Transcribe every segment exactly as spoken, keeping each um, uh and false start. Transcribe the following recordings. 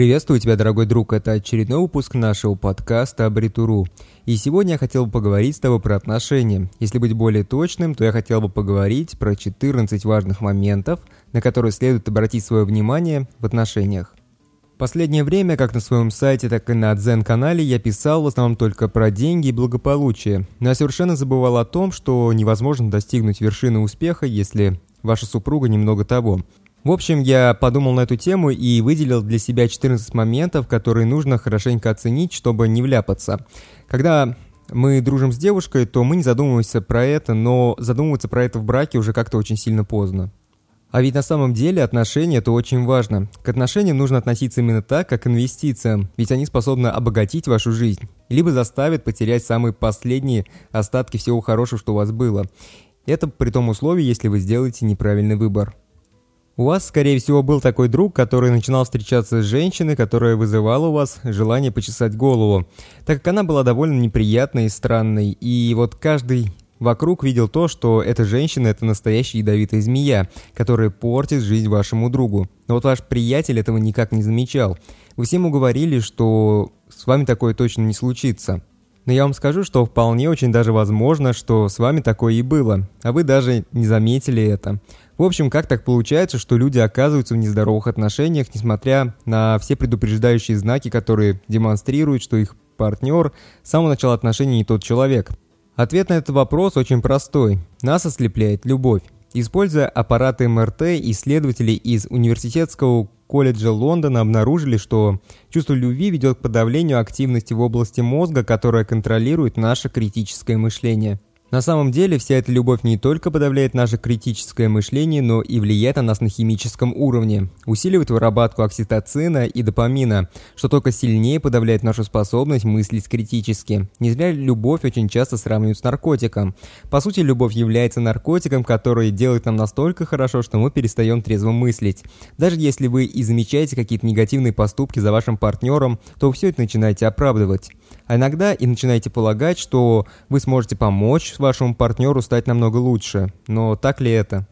Приветствую тебя, дорогой друг, это очередной выпуск нашего подкаста Абритуру. И сегодня я хотел бы поговорить с тобой про отношения. Если быть более точным, то я хотел бы поговорить про четырнадцать важных моментов, на которые следует обратить свое внимание в отношениях. В последнее время, как на своем сайте, так и на Дзен-канале, я писал в основном только про деньги и благополучие, но я совершенно забывал о том, что невозможно достигнуть вершины успеха, если ваша супруга немного того. В общем, я подумал на эту тему и выделил для себя четырнадцать моментов, которые нужно хорошенько оценить, чтобы не вляпаться. Когда мы дружим с девушкой, то мы не задумываемся про это, но задумываться про это в браке уже как-то очень сильно поздно. А ведь на самом деле отношения – это очень важно. К отношениям нужно относиться именно так, как к инвестициям, ведь они способны обогатить вашу жизнь, либо заставят потерять самые последние остатки всего хорошего, что у вас было. Это при том условии, если вы сделаете неправильный выбор. У вас, скорее всего, был такой друг, который начинал встречаться с женщиной, которая вызывала у вас желание почесать голову, так как она была довольно неприятной и странной, и вот каждый вокруг видел то, что эта женщина – это настоящая ядовитая змея, которая портит жизнь вашему другу. Но вот ваш приятель этого никак не замечал. Вы всем уговорили, что с вами такое точно не случится. Но я вам скажу, что вполне очень даже возможно, что с вами такое и было, а вы даже не заметили это. В общем, как так получается, что люди оказываются в нездоровых отношениях, несмотря на все предупреждающие знаки, которые демонстрируют, что их партнер с самого начала отношений не тот человек? Ответ на этот вопрос очень простой. Нас ослепляет любовь. Используя аппараты эм эр тэ, исследователи из Университетского колледжа Лондона обнаружили, что чувство любви ведет к подавлению активности в области мозга, которая контролирует наше критическое мышление. На самом деле, вся эта любовь не только подавляет наше критическое мышление, но и влияет на нас на химическом уровне, усиливает выработку окситоцина и допамина, что только сильнее подавляет нашу способность мыслить критически. Не зря любовь очень часто сравнивают с наркотиком. По сути, любовь является наркотиком, который делает нам настолько хорошо, что мы перестаем трезво мыслить. Даже если вы и замечаете какие-то негативные поступки за вашим партнером, то вы все это начинаете оправдывать. А иногда и начинаете полагать, что вы сможете помочь вашему партнеру стать намного лучше. Но так ли это?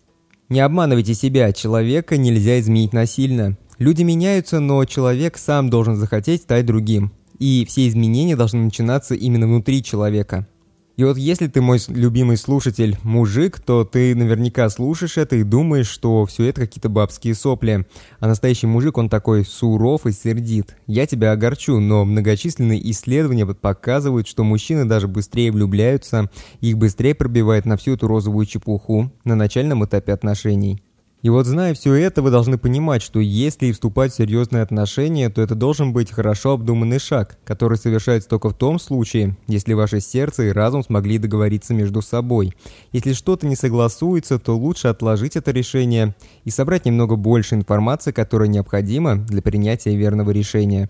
Не обманывайте себя, человека нельзя изменить насильно. Люди меняются, но человек сам должен захотеть стать другим. И все изменения должны начинаться именно внутри человека. И вот если ты, мой любимый слушатель, мужик, то ты наверняка слушаешь это и думаешь, что все это какие-то бабские сопли. А настоящий мужик, он такой суров и сердит. Я тебя огорчу, но многочисленные исследования показывают, что мужчины даже быстрее влюбляются, их быстрее пробивает на всю эту розовую чепуху на начальном этапе отношений. И вот зная все это, вы должны понимать, что если вступать в серьезные отношения, то это должен быть хорошо обдуманный шаг, который совершается только в том случае, если ваше сердце и разум смогли договориться между собой. Если что-то не согласуется, то лучше отложить это решение и собрать немного больше информации, которая необходима для принятия верного решения.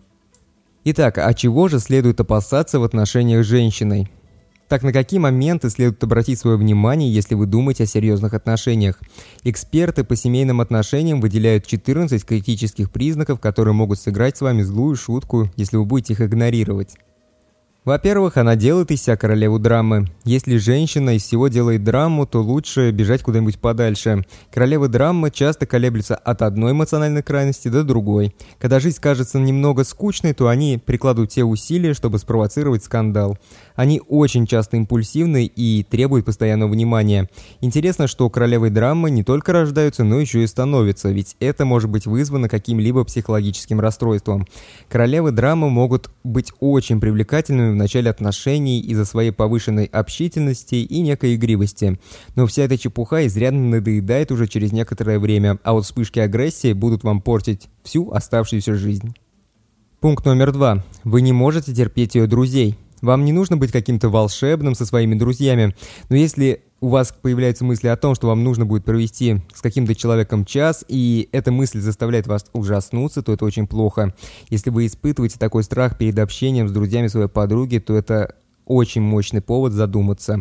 Итак, а чего же следует опасаться в отношениях с женщиной? Так, на какие моменты следует обратить свое внимание, если вы думаете о серьезных отношениях? Эксперты по семейным отношениям выделяют четырнадцать критических признаков, которые могут сыграть с вами злую шутку, если вы будете их игнорировать. Во-первых, она делает из себя королеву драмы. Если женщина из всего делает драму, то лучше бежать куда-нибудь подальше. Королевы драмы часто колеблются от одной эмоциональной крайности до другой. Когда жизнь кажется немного скучной, то они прикладывают все усилия, чтобы спровоцировать скандал. Они очень часто импульсивны и требуют постоянного внимания. Интересно, что королевы драмы не только рождаются, но еще и становятся, ведь это может быть вызвано каким-либо психологическим расстройством. Королевы драмы могут быть очень привлекательными в начале отношений из-за своей повышенной общительности и некой игривости. Но вся эта чепуха изрядно надоедает уже через некоторое время, а вот вспышки агрессии будут вам портить всю оставшуюся жизнь. Пункт номер два. Вы не можете терпеть ее друзей. Вам не нужно быть каким-то волшебным со своими друзьями, но если у вас появляются мысли о том, что вам нужно будет провести с каким-то человеком час, и эта мысль заставляет вас ужаснуться, то это очень плохо. Если вы испытываете такой страх перед общением с друзьями своей подруги, то это очень мощный повод задуматься.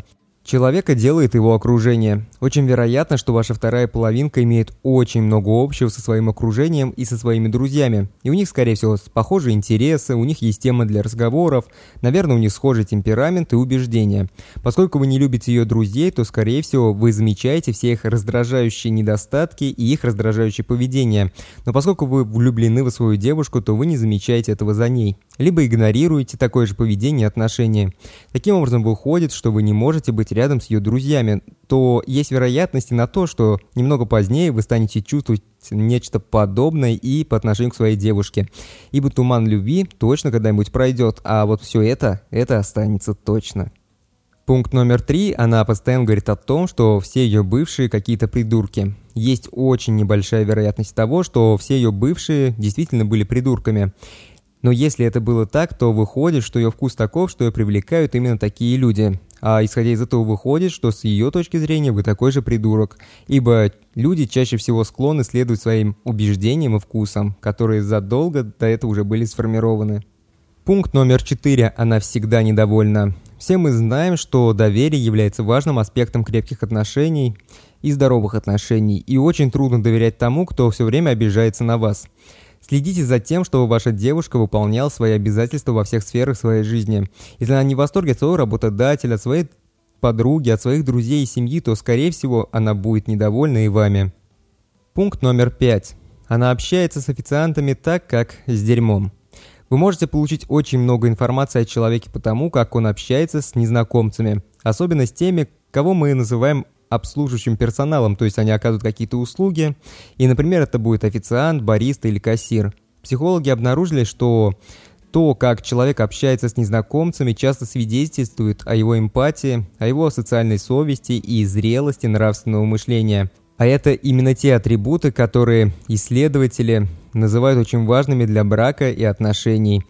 Человека делает его окружение. Очень вероятно, что ваша вторая половинка имеет очень много общего со своим окружением и со своими друзьями. И у них, скорее всего, похожие интересы, у них есть темы для разговоров, наверное, у них схожий темперамент и убеждения. Поскольку вы не любите ее друзей, то, скорее всего, вы замечаете все их раздражающие недостатки и их раздражающее поведение. Но поскольку вы влюблены в свою девушку, то вы не замечаете этого за ней. Либо игнорируете такое же поведение и отношения. Таким образом, выходит, что вы не можете быть рядом с ее друзьями, то есть вероятности на то, что немного позднее вы станете чувствовать нечто подобное и по отношению к своей девушке. Ибо туман любви точно когда-нибудь пройдет, а вот все это, это останется точно. Пункт номер три. Она постоянно говорит о том, что все ее бывшие какие-то придурки. Есть очень небольшая вероятность того, что все ее бывшие действительно были придурками. Но если это было так, то выходит, что ее вкус таков, что ее привлекают именно такие люди. А исходя из этого выходит, что с ее точки зрения вы такой же придурок. Ибо люди чаще всего склонны следовать своим убеждениям и вкусам, которые задолго до этого уже были сформированы. Пункт номер четыре. Она всегда недовольна. Все мы знаем, что доверие является важным аспектом крепких отношений и здоровых отношений. И очень трудно доверять тому, кто все время обижается на вас. Следите за тем, чтобы ваша девушка выполняла свои обязательства во всех сферах своей жизни. Если она не в восторге от своего работодателя, от своей подруги, от своих друзей и семьи, то, скорее всего, она будет недовольна и вами. Пункт номер пять. Она общается с официантами так, как с дерьмом. Вы можете получить очень много информации о человеке по тому, как он общается с незнакомцами, особенно с теми, кого мы называем обслуживающим персоналом, то есть они оказывают какие-то услуги, и, например, это будет официант, бариста или кассир. Психологи обнаружили, что то, как человек общается с незнакомцами, часто свидетельствует о его эмпатии, о его социальной совести и зрелости нравственного мышления. А это именно те атрибуты, которые исследователи называют очень важными для брака и отношений.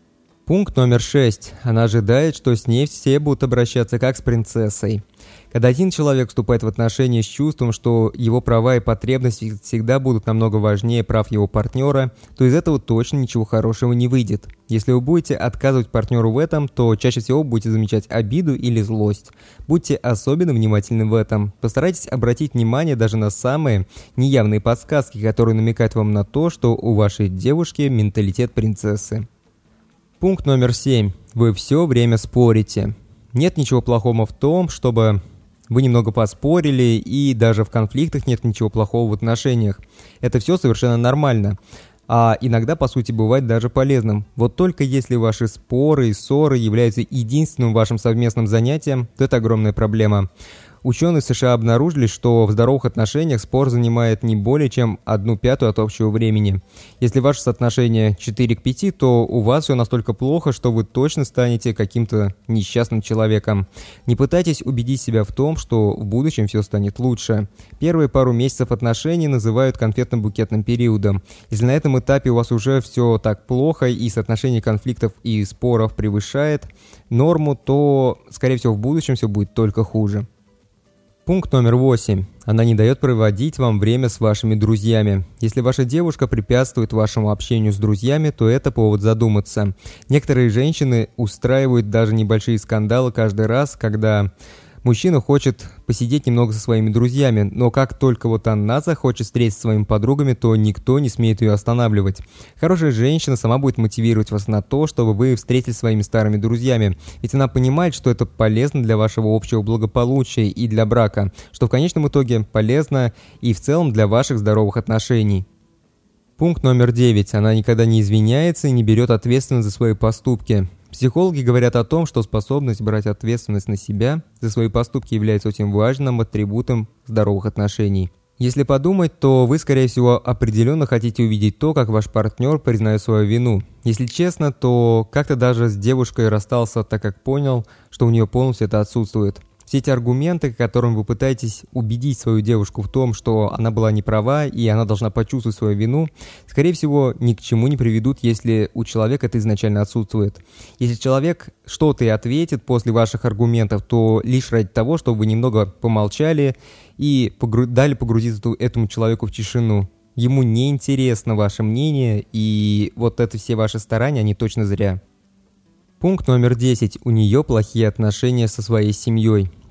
Пункт номер шесть. Она ожидает, что с ней все будут обращаться как с принцессой. Когда один человек вступает в отношения с чувством, что его права и потребности всегда будут намного важнее прав его партнера, то из этого точно ничего хорошего не выйдет. Если вы будете отказывать партнеру в этом, то чаще всего будете замечать обиду или злость. Будьте особенно внимательны в этом. Постарайтесь обратить внимание даже на самые неявные подсказки, которые намекают вам на то, что у вашей девушки менталитет принцессы. Пункт номер семь. Вы все время спорите. Нет ничего плохого в том, чтобы вы немного поспорили, и даже в конфликтах нет ничего плохого в отношениях. Это все совершенно нормально. А иногда, по сути, бывает даже полезным. Вот только если ваши споры и ссоры являются единственным вашим совместным занятием, то это огромная проблема. Ученые США обнаружили, что в здоровых отношениях спор занимает не более чем одну пятую от общего времени. Если ваше соотношение четыре к пяти, то у вас все настолько плохо, что вы точно станете каким-то несчастным человеком. Не пытайтесь убедить себя в том, что в будущем все станет лучше. Первые пару месяцев отношений называют конфетно-букетным периодом. Если на этом этапе у вас уже все так плохо и соотношение конфликтов и споров превышает норму, то, скорее всего, в будущем все будет только хуже. Пункт номер восемь. Она не дает проводить вам время с вашими друзьями. Если ваша девушка препятствует вашему общению с друзьями, то это повод задуматься. Некоторые женщины устраивают даже небольшие скандалы каждый раз, когда мужчина хочет посидеть немного со своими друзьями, но как только вот она захочет встретиться со своими подругами, то никто не смеет ее останавливать. Хорошая женщина сама будет мотивировать вас на то, чтобы вы встретились со своими старыми друзьями, ведь она понимает, что это полезно для вашего общего благополучия и для брака, что в конечном итоге полезно и в целом для ваших здоровых отношений. Пункт номер девять. Она никогда не извиняется и не берет ответственность за свои поступки. Психологи говорят о том, что способность брать ответственность на себя за свои поступки является очень важным атрибутом здоровых отношений. Если подумать, то вы, скорее всего, определенно хотите увидеть то, как ваш партнер признает свою вину. Если честно, то как-то даже с девушкой расстался, так как понял, что у нее полностью это отсутствует. Все эти аргументы, которым вы пытаетесь убедить свою девушку в том, что она была не права и она должна почувствовать свою вину, скорее всего, ни к чему не приведут, если у человека это изначально отсутствует. Если человек что-то и ответит после ваших аргументов, то лишь ради того, чтобы вы немного помолчали и погру- дали погрузиться этому человеку в тишину. Ему не интересно ваше мнение, и вот это все ваши старания, они точно зря. Пункт номер десять. У нее плохие отношения со своей семьей.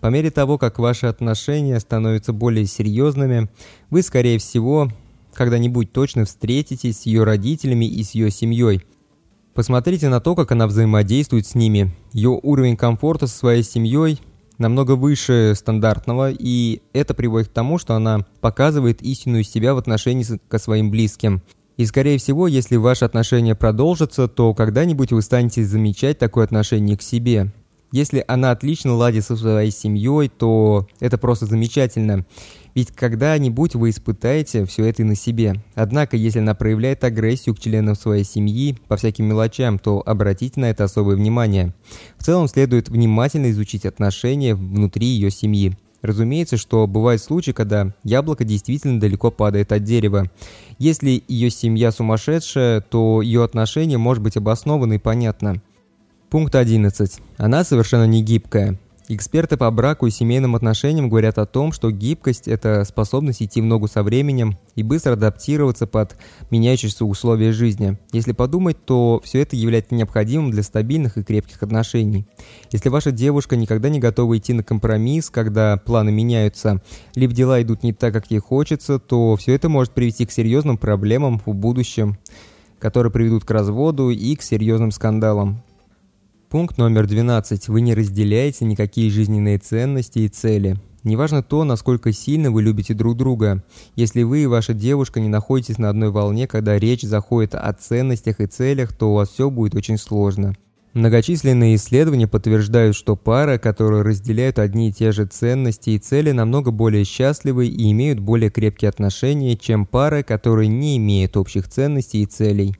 По мере того, как ваши отношения становятся более серьезными, вы, скорее всего, когда-нибудь точно встретитесь с ее родителями и с ее семьей. Посмотрите на то, как она взаимодействует с ними. Ее уровень комфорта со своей семьей намного выше стандартного, и это приводит к тому, что она показывает истинную себя в отношении к своим близким. И, скорее всего, если ваши отношения продолжатся, то когда-нибудь вы станете замечать такое отношение к себе. Если она отлично ладит со своей семьей, то это просто замечательно. Ведь когда-нибудь вы испытаете все это и на себе. Однако, если она проявляет агрессию к членам своей семьи по всяким мелочам, то обратите на это особое внимание. В целом, следует внимательно изучить отношения внутри ее семьи. Разумеется, что бывают случаи, когда яблоко действительно далеко падает от дерева. Если ее семья сумасшедшая, то ее отношение может быть обосновано и понятно. Пункт одиннадцать. Она совершенно не гибкая. Эксперты по браку и семейным отношениям говорят о том, что гибкость – это способность идти в ногу со временем и быстро адаптироваться под меняющиеся условия жизни. Если подумать, то все это является необходимым для стабильных и крепких отношений. Если ваша девушка никогда не готова идти на компромисс, когда планы меняются, либо дела идут не так, как ей хочется, то все это может привести к серьезным проблемам в будущем, которые приведут к разводу и к серьезным скандалам. Пункт номер двенадцать. Вы не разделяете никакие жизненные ценности и цели. Неважно то, насколько сильно вы любите друг друга. Если вы и ваша девушка не находитесь на одной волне, когда речь заходит о ценностях и целях, то у вас все будет очень сложно. Многочисленные исследования подтверждают, что пары, которые разделяют одни и те же ценности и цели, намного более счастливы и имеют более крепкие отношения, чем пары, которые не имеют общих ценностей и целей.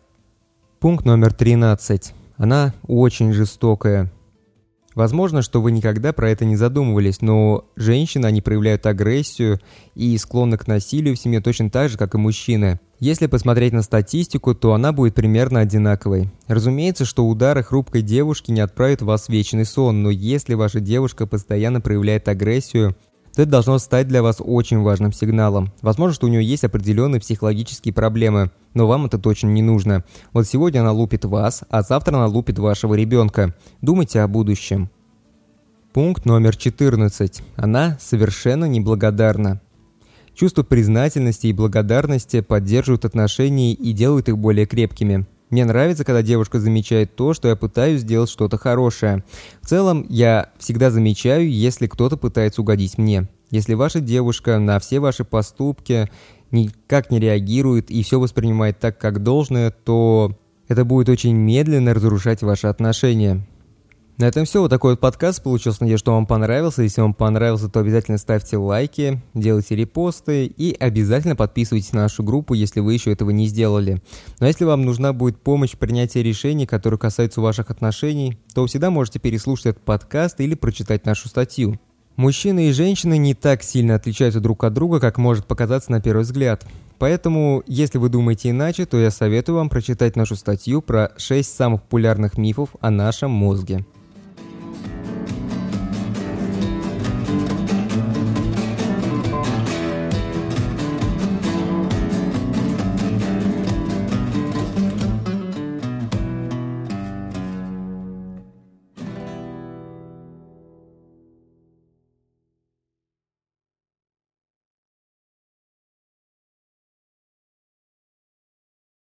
Пункт номер тринадцать. Она очень жестокая. Возможно, что вы никогда про это не задумывались, но женщины, они проявляют агрессию и склонны к насилию в семье точно так же, как и мужчины. Если посмотреть на статистику, то она будет примерно одинаковой. Разумеется, что удары хрупкой девушки не отправят вас в вечный сон, но если ваша девушка постоянно проявляет агрессию, то это должно стать для вас очень важным сигналом. Возможно, что у нее есть определенные психологические проблемы, но вам это точно не нужно. Вот сегодня она лупит вас, а завтра она лупит вашего ребенка. Думайте о будущем. Пункт номер четырнадцать. Она совершенно неблагодарна. Чувство признательности и благодарности поддерживают отношения и делают их более крепкими. Мне нравится, когда девушка замечает то, что я пытаюсь сделать что-то хорошее. В целом, я всегда замечаю, если кто-то пытается угодить мне. Если ваша девушка на все ваши поступки никак не реагирует и все воспринимает так, как должное, то это будет очень медленно разрушать ваши отношения. На этом все. Вот такой вот подкаст получился. Надеюсь, что вам понравился. Если вам понравился, то обязательно ставьте лайки, делайте репосты и обязательно подписывайтесь на нашу группу, если вы еще этого не сделали. Но если вам нужна будет помощь в принятии решений, которые касаются ваших отношений, то вы всегда можете переслушать этот подкаст или прочитать нашу статью. Мужчины и женщины не так сильно отличаются друг от друга, как может показаться на первый взгляд. Поэтому, если вы думаете иначе, то я советую вам прочитать нашу статью про шесть самых популярных мифов о нашем мозге.